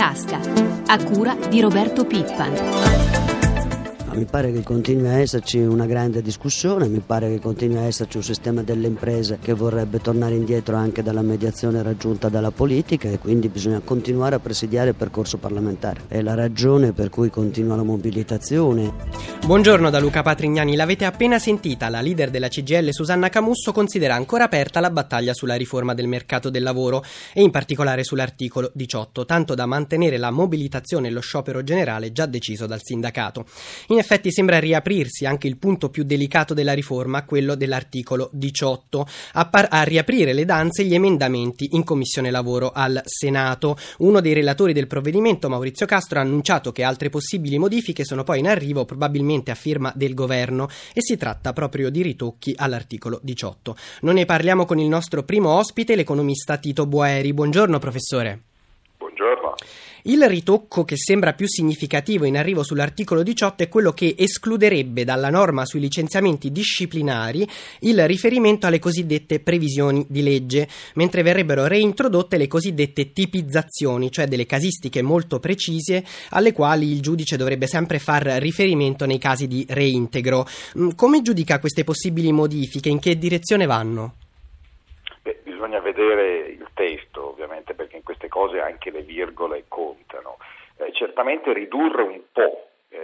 tasca, a cura di Roberto Pippan. Mi pare che continui a esserci una grande discussione, mi pare che continui a esserci un sistema delle imprese che vorrebbe tornare indietro anche dalla mediazione raggiunta dalla politica, e quindi bisogna continuare a presidiare il percorso parlamentare. È la ragione per cui continua la mobilitazione. Buongiorno da Luca Patrignani. L'avete appena sentita, la leader della CGIL Susanna Camusso considera ancora aperta la battaglia sulla riforma del mercato del lavoro e in particolare sull'articolo 18, tanto da mantenere la mobilitazione e lo sciopero generale già deciso dal sindacato. In effetti sembra riaprirsi anche il punto più delicato della riforma, quello dell'articolo 18, a riaprire le danze gli emendamenti in Commissione Lavoro al Senato. Uno dei relatori del provvedimento, Maurizio Castro, ha annunciato che altre possibili modifiche sono poi in arrivo, probabilmente a firma del governo, e si tratta proprio di ritocchi all'articolo 18. Noi ne parliamo con il nostro primo ospite, l'economista Tito Boeri. Buongiorno professore. Buongiorno. Il ritocco che sembra più significativo in arrivo sull'articolo 18 è quello che escluderebbe dalla norma sui licenziamenti disciplinari il riferimento alle cosiddette previsioni di legge, mentre verrebbero reintrodotte le cosiddette tipizzazioni, cioè delle casistiche molto precise alle quali il giudice dovrebbe sempre far riferimento nei casi di reintegro. Come giudica queste possibili modifiche? In che direzione vanno? Bisogna vedere il testo, ovviamente, perché in queste cose anche le virgole contano. Certamente ridurre un po'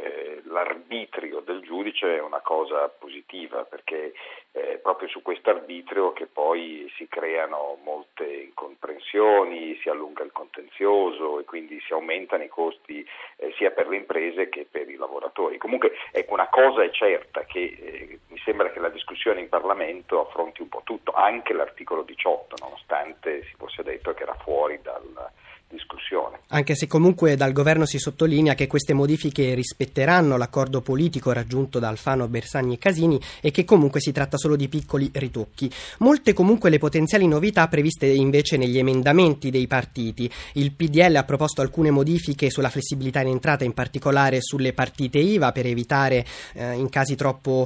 l'arbitrio del giudice è una cosa positiva, perché è proprio su questo arbitrio che poi si creano molte incomprensioni, si allunga il contenzioso e quindi si aumentano i costi sia per le imprese che per i lavoratori. Comunque ecco, una cosa è certa, che mi sembra che la discussione in Parlamento affronti un po' tutto, anche l'articolo 18, nonostante si fosse detto che era fuori dalla discussione. Anche se comunque dal governo si sottolinea che queste modifiche rispetteranno l'accordo politico raggiunto da Alfano, Bersani e Casini e che comunque si tratta solo di piccoli ritocchi. Molte comunque le potenziali novità previste invece negli emendamenti dei partiti. Il PDL ha proposto alcune modifiche sulla flessibilità in entrata, in particolare sulle partite IVA, per evitare in casi troppo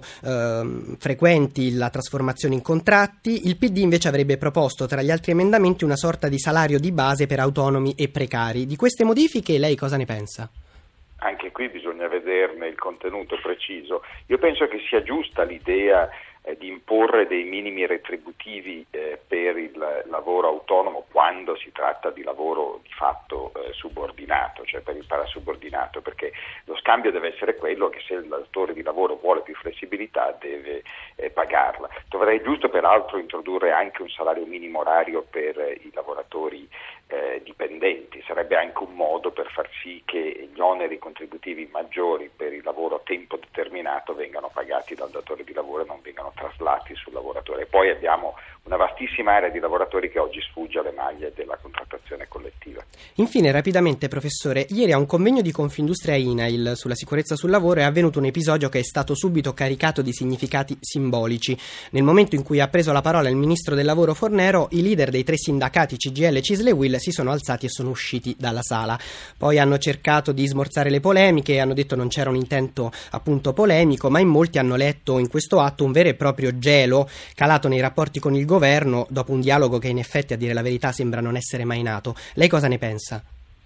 frequenti la trasformazione in contratti. Il PD invece avrebbe proposto tra gli altri emendamenti una sorta di salario di base per autonomi e precari. Di queste modifiche lei cosa ne pensa? Anche qui bisogna vederne il contenuto preciso. Io penso che sia giusta l'idea di imporre dei minimi retributivi per il lavoro autonomo quando si tratta di lavoro di fatto subordinato, cioè per il parasubordinato, perché lo scambio deve essere quello che se il datore di lavoro vuole più flessibilità deve pagarla. Dovrei giusto peraltro introdurre anche un salario minimo orario per i lavoratori dipendenti. Sarebbe anche un modo per far sì che gli oneri contributivi maggiori per il lavoro a tempo determinato vengano pagati dal datore di lavoro e non vengano traslati sul lavoratore. E poi abbiamo una vastissima area di lavoratori che oggi sfugge alle maglie della contrattazione collettiva. Infine, rapidamente professore, ieri a un convegno di Confindustria INAIL sulla sicurezza sul lavoro è avvenuto un episodio che è stato subito caricato di significati simbolici. Nel momento in cui ha preso la parola il ministro del lavoro Fornero, i leader dei tre sindacati CGIL, CISL e UIL si sono alzati e sono usciti dalla sala. Poi hanno cercato di smorzare le polemiche e hanno detto non c'era un intento appunto polemico, ma in molti hanno letto in questo atto un vero e proprio gelo calato nei rapporti con il governo dopo un dialogo che in effetti, a dire la verità, sembra non essere mai nato. Lei cosa ne pensa?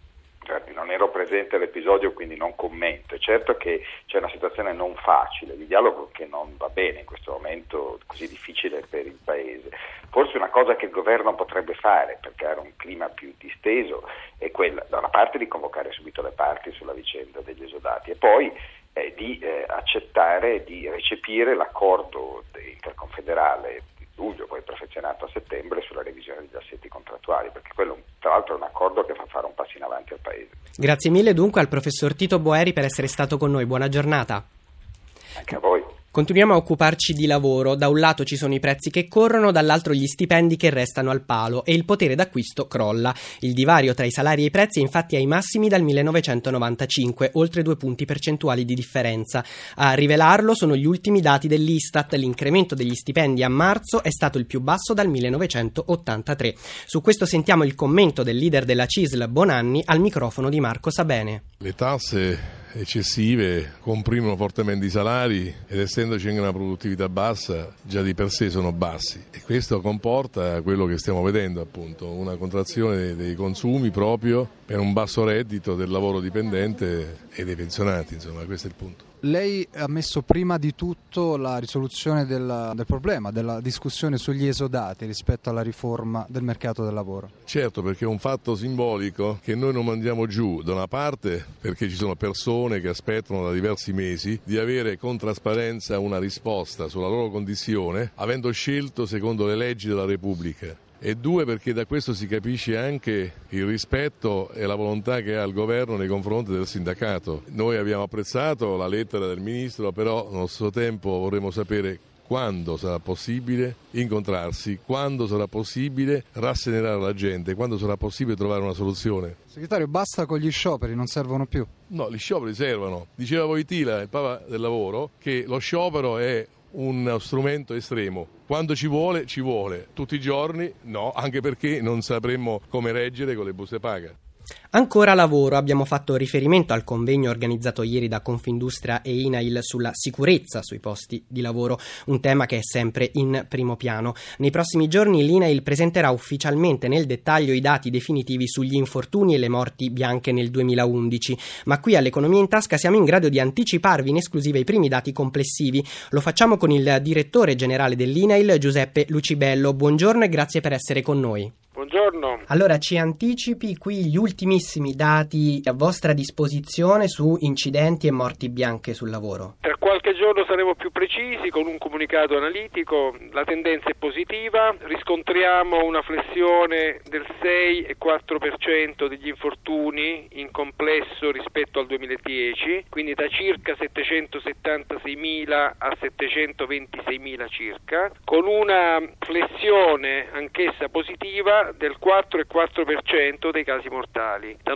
Non ero presente all'episodio, quindi non commento. È certo che c'è una situazione non facile, di dialogo che non va bene in questo momento così difficile per il Paese. Forse una cosa che il governo potrebbe fare per creare un clima più disteso è quella, da una parte, di convocare subito le parti sulla vicenda degli esodati e poi di accettare, di recepire l'accordo interconfederale di luglio, poi perfezionato a settembre, sulla revisione degli assetti contrattuali, perché quello tra l'altro è un accordo che fa fare un passo in avanti al Paese. Grazie mille dunque al professor Tito Boeri per essere stato con noi. Buona giornata. Anche a voi. Continuiamo a occuparci di lavoro. Da un lato ci sono i prezzi che corrono, dall'altro gli stipendi che restano al palo e il potere d'acquisto crolla. Il divario tra i salari e i prezzi è infatti ai massimi dal 1995, oltre 2 punti percentuali di differenza. A rivelarlo sono gli ultimi dati dell'Istat. L'incremento degli stipendi a marzo è stato il più basso dal 1983. Su questo sentiamo il commento del leader della CISL Bonanni al microfono di Marco Sabene. Le tasse eccessive comprimono fortemente i salari ed essendoci anche una produttività bassa, già di per sé sono bassi e questo comporta quello che stiamo vedendo, appunto, una contrazione dei consumi proprio per un basso reddito del lavoro dipendente e dei pensionati, insomma, questo è il punto. Lei ha messo prima di tutto la risoluzione del problema, della discussione sugli esodati rispetto alla riforma del mercato del lavoro. Certo, perché è un fatto simbolico che noi non mandiamo giù, da una parte perché ci sono persone che aspettano da diversi mesi di avere con trasparenza una risposta sulla loro condizione, avendo scelto secondo le leggi della Repubblica. E due, perché da questo si capisce anche il rispetto e la volontà che ha il governo nei confronti del sindacato. Noi abbiamo apprezzato la lettera del ministro, però allo stesso tempo vorremmo sapere quando sarà possibile incontrarsi, quando sarà possibile rasserenare la gente, quando sarà possibile trovare una soluzione. Segretario, basta con gli scioperi, non servono più? No, gli scioperi servono. Diceva Wojtyla, il Papa del lavoro, che lo sciopero è uno strumento estremo. Quando ci vuole, tutti i giorni no, anche perché non sapremmo come reggere con le buste paga. Ancora lavoro, abbiamo fatto riferimento al convegno organizzato ieri da Confindustria e INAIL sulla sicurezza sui posti di lavoro, un tema che è sempre in primo piano. Nei prossimi giorni l'INAIL presenterà ufficialmente nel dettaglio i dati definitivi sugli infortuni e le morti bianche nel 2011, ma qui all'Economia in Tasca siamo in grado di anticiparvi in esclusiva i primi dati complessivi. Lo facciamo con il direttore generale dell'INAIL, Giuseppe Lucibello. Buongiorno e grazie per essere con noi. Buongiorno. Allora, ci anticipi qui gli ultimissimi dati a vostra disposizione su incidenti e morti bianche sul lavoro. Per qualche giorno saremo più precisi con un comunicato analitico. La tendenza è positiva, riscontriamo una flessione del 6,4% degli infortuni in complesso rispetto al 2010, quindi da circa 776.000 a 726.000 circa, con una flessione anch'essa positiva del 4,4% dei casi mortali, da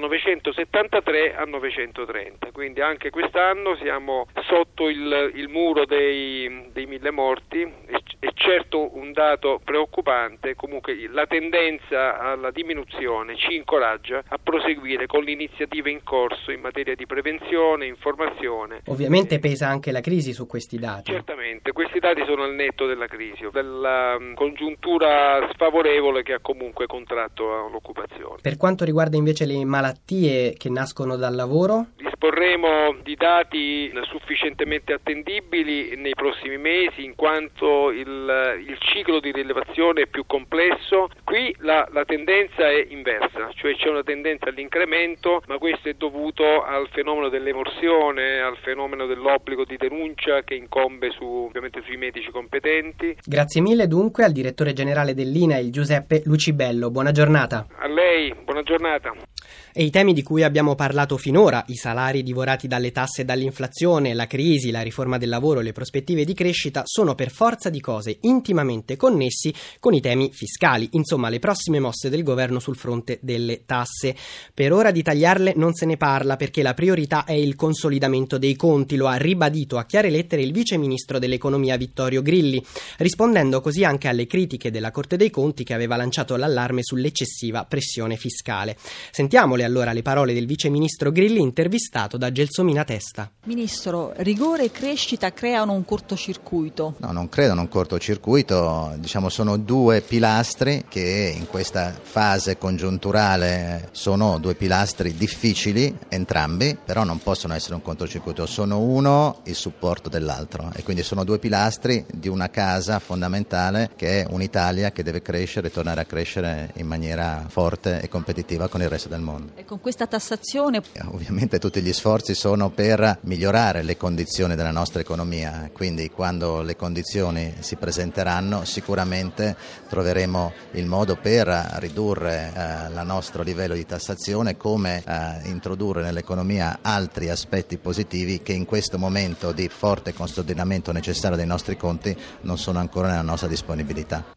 973 a 930, quindi anche quest'anno siamo sotto il muro dei 1.000 morti, è certo un dato preoccupante. Comunque la tendenza alla diminuzione ci incoraggia a proseguire con le iniziative in corso in materia di prevenzione, informazione. Ovviamente pesa anche la crisi su questi dati. Certamente, questi dati sono al netto della crisi, della congiuntura sfavorevole che ha comunque contratto l'occupazione. Per quanto riguarda invece le malattie che nascono dal lavoro? Disporremo di dati sufficientemente attendibili nei prossimi mesi, in quanto il ciclo di rilevazione è più complesso. Qui la tendenza è inversa, cioè c'è una tendenza all'incremento, ma questo è dovuto al fenomeno dell'emersione, al fenomeno dell'obbligo di denuncia che incombe ovviamente sui medici competenti. Grazie mille dunque al direttore generale dell'INAIL, Giuseppe Lucibello. Buona giornata. A lei, buona giornata. E i temi di cui abbiamo parlato finora, i salari divorati dalle tasse e dall'inflazione, la crisi, la riforma del lavoro e le prospettive di crescita, sono per forza di cose intimamente connessi con i temi fiscali, insomma le prossime mosse del governo sul fronte delle tasse. Per ora di tagliarle non se ne parla perché la priorità è il consolidamento dei conti, lo ha ribadito a chiare lettere il vice ministro dell'economia Vittorio Grilli, rispondendo così anche alle critiche della Corte dei Conti che aveva lanciato l'allarme sull'eccessiva pressione fiscale. Sentiamole allora le parole del vice ministro Grilli intervistato da Gelsomina Testa. Ministro, rigore e crescita creano un cortocircuito? No, non credo un cortocircuito, sono due pilastri che in questa fase congiunturale sono due pilastri difficili entrambi, però non possono essere un cortocircuito, sono uno il supporto dell'altro e quindi sono due pilastri di una casa fondamentale che è un'Italia che deve crescere e tornare a crescere in maniera forte e competitiva con il resto del mondo. E con questa tassazione? Ovviamente tutti gli sforzi sono per migliorare le condizioni della nostra economia, quindi quando le condizioni si presenteranno sicuramente troveremo il modo per ridurre il nostro livello di tassazione, come introdurre nell'economia altri aspetti positivi che in questo momento di forte consolidamento necessario dei nostri conti non sono ancora nella nostra disponibilità.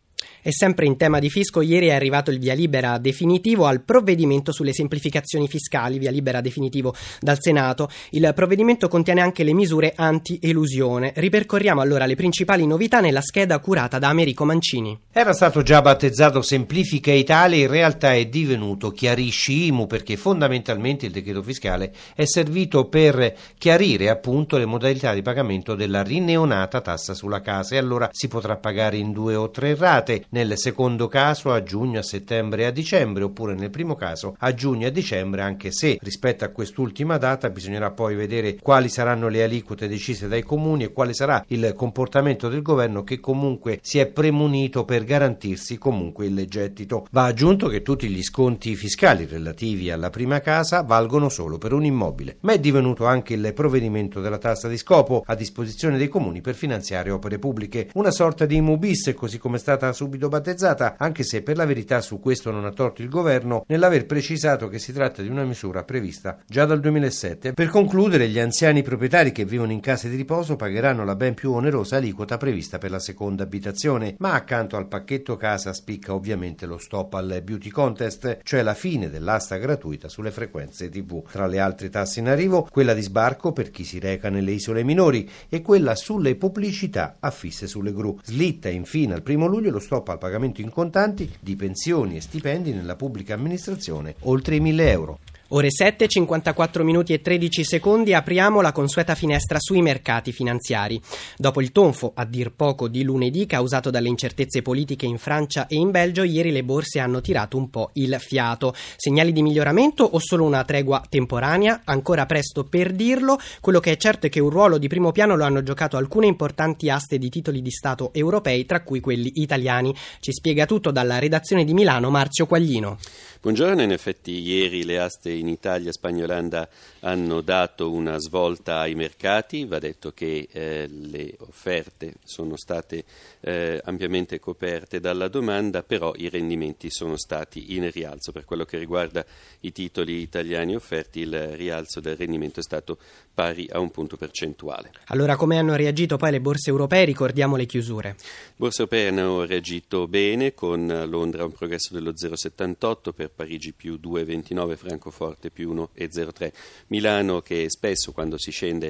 E sempre in tema di fisco, ieri è arrivato il via libera definitivo al provvedimento sulle semplificazioni fiscali, via libera definitivo dal Senato. Il provvedimento contiene anche le misure anti-elusione. Ripercorriamo allora le principali novità nella scheda curata da Americo Mancini. Era stato già battezzato Semplifica Italia, in realtà è divenuto Chiarisci IMU, perché fondamentalmente il decreto fiscale è servito per chiarire appunto le modalità di pagamento della rineonata tassa sulla casa, e allora si potrà pagare in 2 o 3 rate, nel secondo caso a giugno, a settembre e a dicembre, oppure nel primo caso a giugno e a dicembre, anche se rispetto a quest'ultima data bisognerà poi vedere quali saranno le aliquote decise dai comuni e quale sarà il comportamento del governo, che comunque si è premunito per garantirsi comunque il gettito. Va aggiunto che tutti gli sconti fiscali relativi alla prima casa valgono solo per un immobile, ma è divenuto anche il provvedimento della tassa di scopo a disposizione dei comuni per finanziare opere pubbliche, una sorta di IMU bis, così come è stata subito battezzata, anche se per la verità su questo non ha torto il governo nell'aver precisato che si tratta di una misura prevista già dal 2007. Per concludere, gli anziani proprietari che vivono in case di riposo pagheranno la ben più onerosa aliquota prevista per la seconda abitazione, ma accanto al pacchetto casa spicca ovviamente lo stop al beauty contest, cioè la fine dell'asta gratuita sulle frequenze TV. Tra le altre tasse in arrivo, quella di sbarco per chi si reca nelle isole minori e quella sulle pubblicità affisse sulle gru. Slitta infine al 1 luglio lo stop al pagamento in contanti di pensioni e stipendi nella pubblica amministrazione oltre i 1.000 euro. Ore 7, 54 minuti e 13 secondi, apriamo la consueta finestra sui mercati finanziari. Dopo il tonfo, a dir poco, di lunedì causato dalle incertezze politiche in Francia e in Belgio, ieri le borse hanno tirato un po' il fiato. Segnali di miglioramento o solo una tregua temporanea? Ancora presto per dirlo. Quello che è certo è che un ruolo di primo piano lo hanno giocato alcune importanti aste di titoli di Stato europei, tra cui quelli italiani. Ci spiega tutto dalla redazione di Milano Marzio Quaglino. Buongiorno, in effetti ieri le aste in Italia, Spagna e Olanda hanno dato una svolta ai mercati. Va detto che le offerte sono state ampiamente coperte dalla domanda, però i rendimenti sono stati in rialzo. Per quello che riguarda i titoli italiani offerti, il rialzo del rendimento è stato pari a 1 punto percentuale. Allora, come hanno reagito poi le borse europee? Ricordiamo le chiusure. Borse europee hanno reagito bene, con Londra un progresso dello 0,78, per Parigi più 2,29, Francoforte più 1,03. Milano, che spesso quando si scende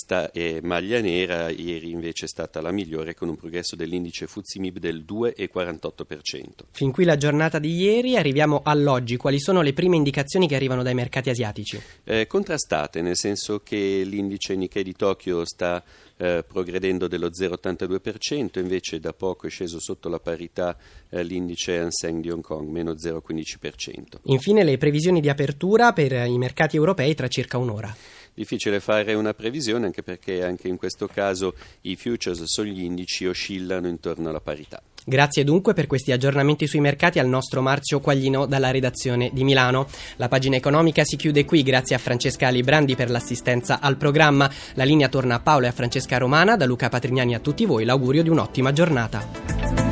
è maglia nera, ieri invece è stata la migliore, con un progresso dell'indice FTSE MIB del 2,48%. Fin qui la giornata di ieri, arriviamo all'oggi. Quali sono le prime indicazioni che arrivano dai mercati asiatici? Contrastate, nel senso che l'indice Nikkei di Tokyo sta progredendo dello 0,82%, invece da poco è sceso sotto la parità l'indice Hang Seng di Hong Kong, meno 0,15%. Infine le previsioni di apertura per i mercati europei tra circa un'ora. Difficile fare una previsione, anche perché anche in questo caso i futures sugli indici oscillano intorno alla parità. Grazie dunque per questi aggiornamenti sui mercati al nostro Marzio Quaglino dalla redazione di Milano. La pagina economica si chiude qui, grazie a Francesca Librandi per l'assistenza al programma. La linea torna a Paolo e a Francesca Romana, da Luca Patrignani a tutti voi l'augurio di un'ottima giornata.